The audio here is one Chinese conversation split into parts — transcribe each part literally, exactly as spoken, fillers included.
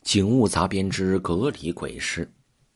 景物杂编之隔离鬼事。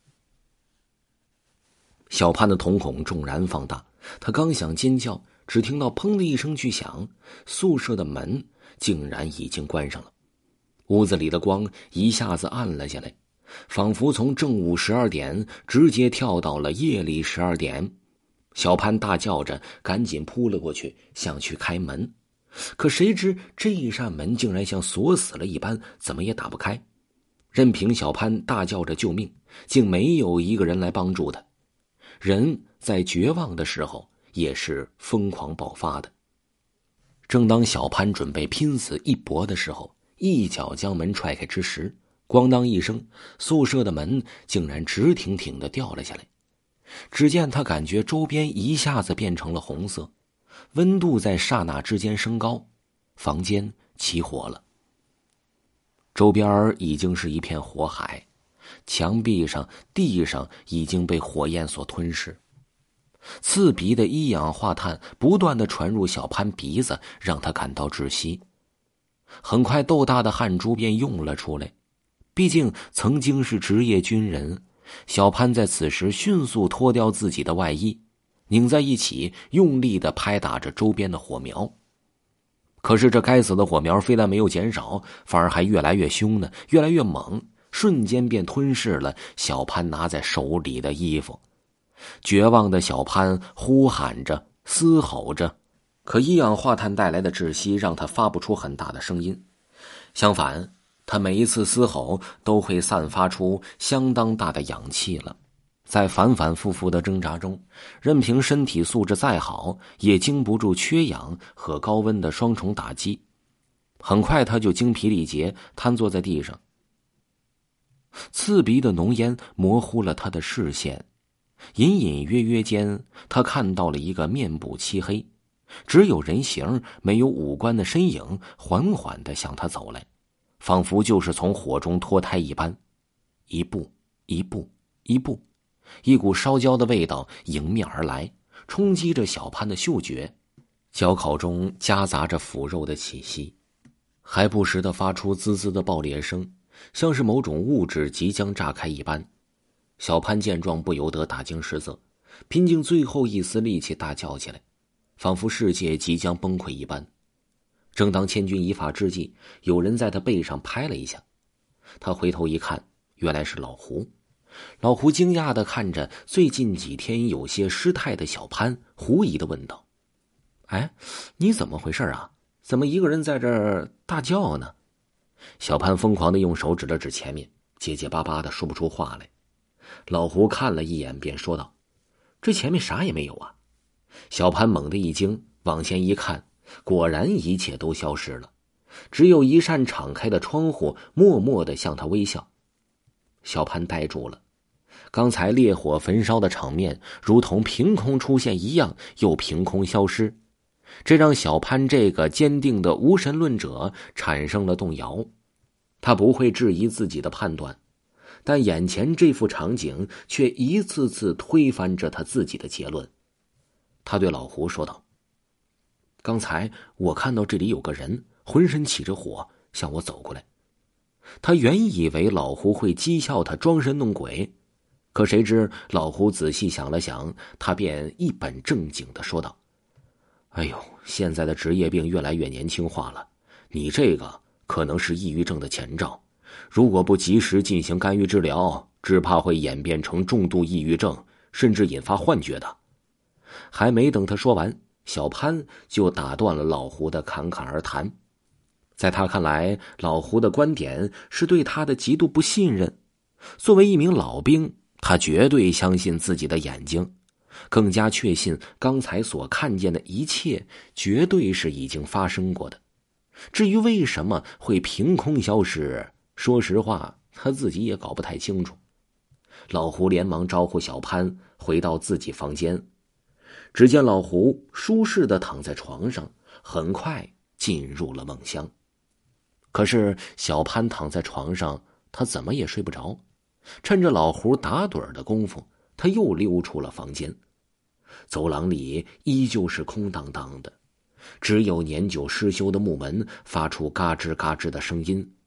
小潘的瞳孔骤然放大，他刚想尖叫，只听到砰的一声巨响，宿舍的门竟然已经关上了。屋子里的光一下子暗了下来，仿佛从正午十二点直接跳到了夜里十二点。小潘大叫着赶紧扑了过去，想去开门，可谁知这一扇门竟然像锁死了一般，怎么也打不开。任凭小潘大叫着救命，竟没有一个人来帮助他。人在绝望的时候也是疯狂爆发的。正当小潘准备拼死一搏的时候，一脚将门踹开之时，咣当一声，宿舍的门竟然直挺挺地掉了下来。只见他感觉周边一下子变成了红色，温度在刹那之间升高，房间起火了。周边已经是一片火海，墙壁上、地上已经被火焰所吞噬。刺鼻的一氧化碳不断地传入小潘鼻子，让他感到窒息。很快豆大的汗珠便涌了出来，毕竟曾经是职业军人，小潘在此时迅速脱掉自己的外衣，拧在一起，用力地拍打着周边的火苗。可是这该死的火苗非但没有减少，反而还越来越凶呢，越来越猛，瞬间便吞噬了小潘拿在手里的衣服。绝望的小潘呼喊着，嘶吼着，可一氧化碳带来的窒息让他发不出很大的声音，相反，他每一次嘶吼都会散发出相当大的氧气了。在反反复复的挣扎中，任凭身体素质再好，也经不住缺氧和高温的双重打击。很快他就精疲力竭，瘫坐在地上。刺鼻的浓烟模糊了他的视线，隐隐约约间，他看到了一个面部漆黑，只有人形没有五官的身影缓缓地向他走来，仿佛就是从火中脱胎一般。一步一步一步，一股烧焦的味道迎面而来，冲击着小潘的嗅觉，焦烤中夹杂着腐肉的气息，还不时地发出滋滋的爆裂声，像是某种物质即将炸开一般。小潘见状不由得大惊失色，拼尽最后一丝力气大叫起来，仿佛世界即将崩溃一般。正当千钧一发之际，有人在他背上拍了一下，他回头一看，原来是老胡。老胡惊讶地看着最近几天有些失态的小潘，狐疑地问道：哎，你怎么回事啊？怎么一个人在这儿大叫呢？小潘疯狂地用手指了指前面，结结巴巴地说不出话来。老胡看了一眼便说道：这前面啥也没有啊。小潘猛地一惊，往前一看，果然一切都消失了，只有一扇敞开的窗户默默地向他微笑。小潘呆住了，刚才烈火焚烧的场面如同凭空出现一样，又凭空消失，这让小潘这个坚定的无神论者产生了动摇。他不会质疑自己的判断，但眼前这幅场景却一次次推翻着他自己的结论。他对老胡说道：刚才我看到这里有个人浑身起着火向我走过来。他原以为老胡会讥笑他装神弄鬼，可谁知老胡仔细想了想，他便一本正经地说道：哎呦，现在的职业病越来越年轻化了，你这个可能是抑郁症的前兆，如果不及时进行干预治疗，只怕会演变成重度抑郁症，甚至引发幻觉的。还没等他说完，小潘就打断了老胡的侃侃而谈。在他看来，老胡的观点是对他的极度不信任。作为一名老兵，他绝对相信自己的眼睛，更加确信刚才所看见的一切绝对是已经发生过的。至于为什么会凭空消失，说实话他自己也搞不太清楚。老胡连忙招呼小潘回到自己房间，只见老胡舒适地躺在床上，很快进入了梦乡。可是小潘躺在床上，他怎么也睡不着。趁着老胡打盹的功夫，他又溜出了房间。走廊里依旧是空荡荡的，只有年久失修的木门发出嘎吱嘎吱的声音，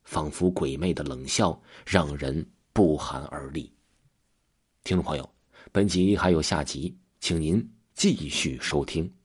仿佛鬼魅的冷笑，让人不寒而栗。听众朋友，本集还有下集，请您继续收听。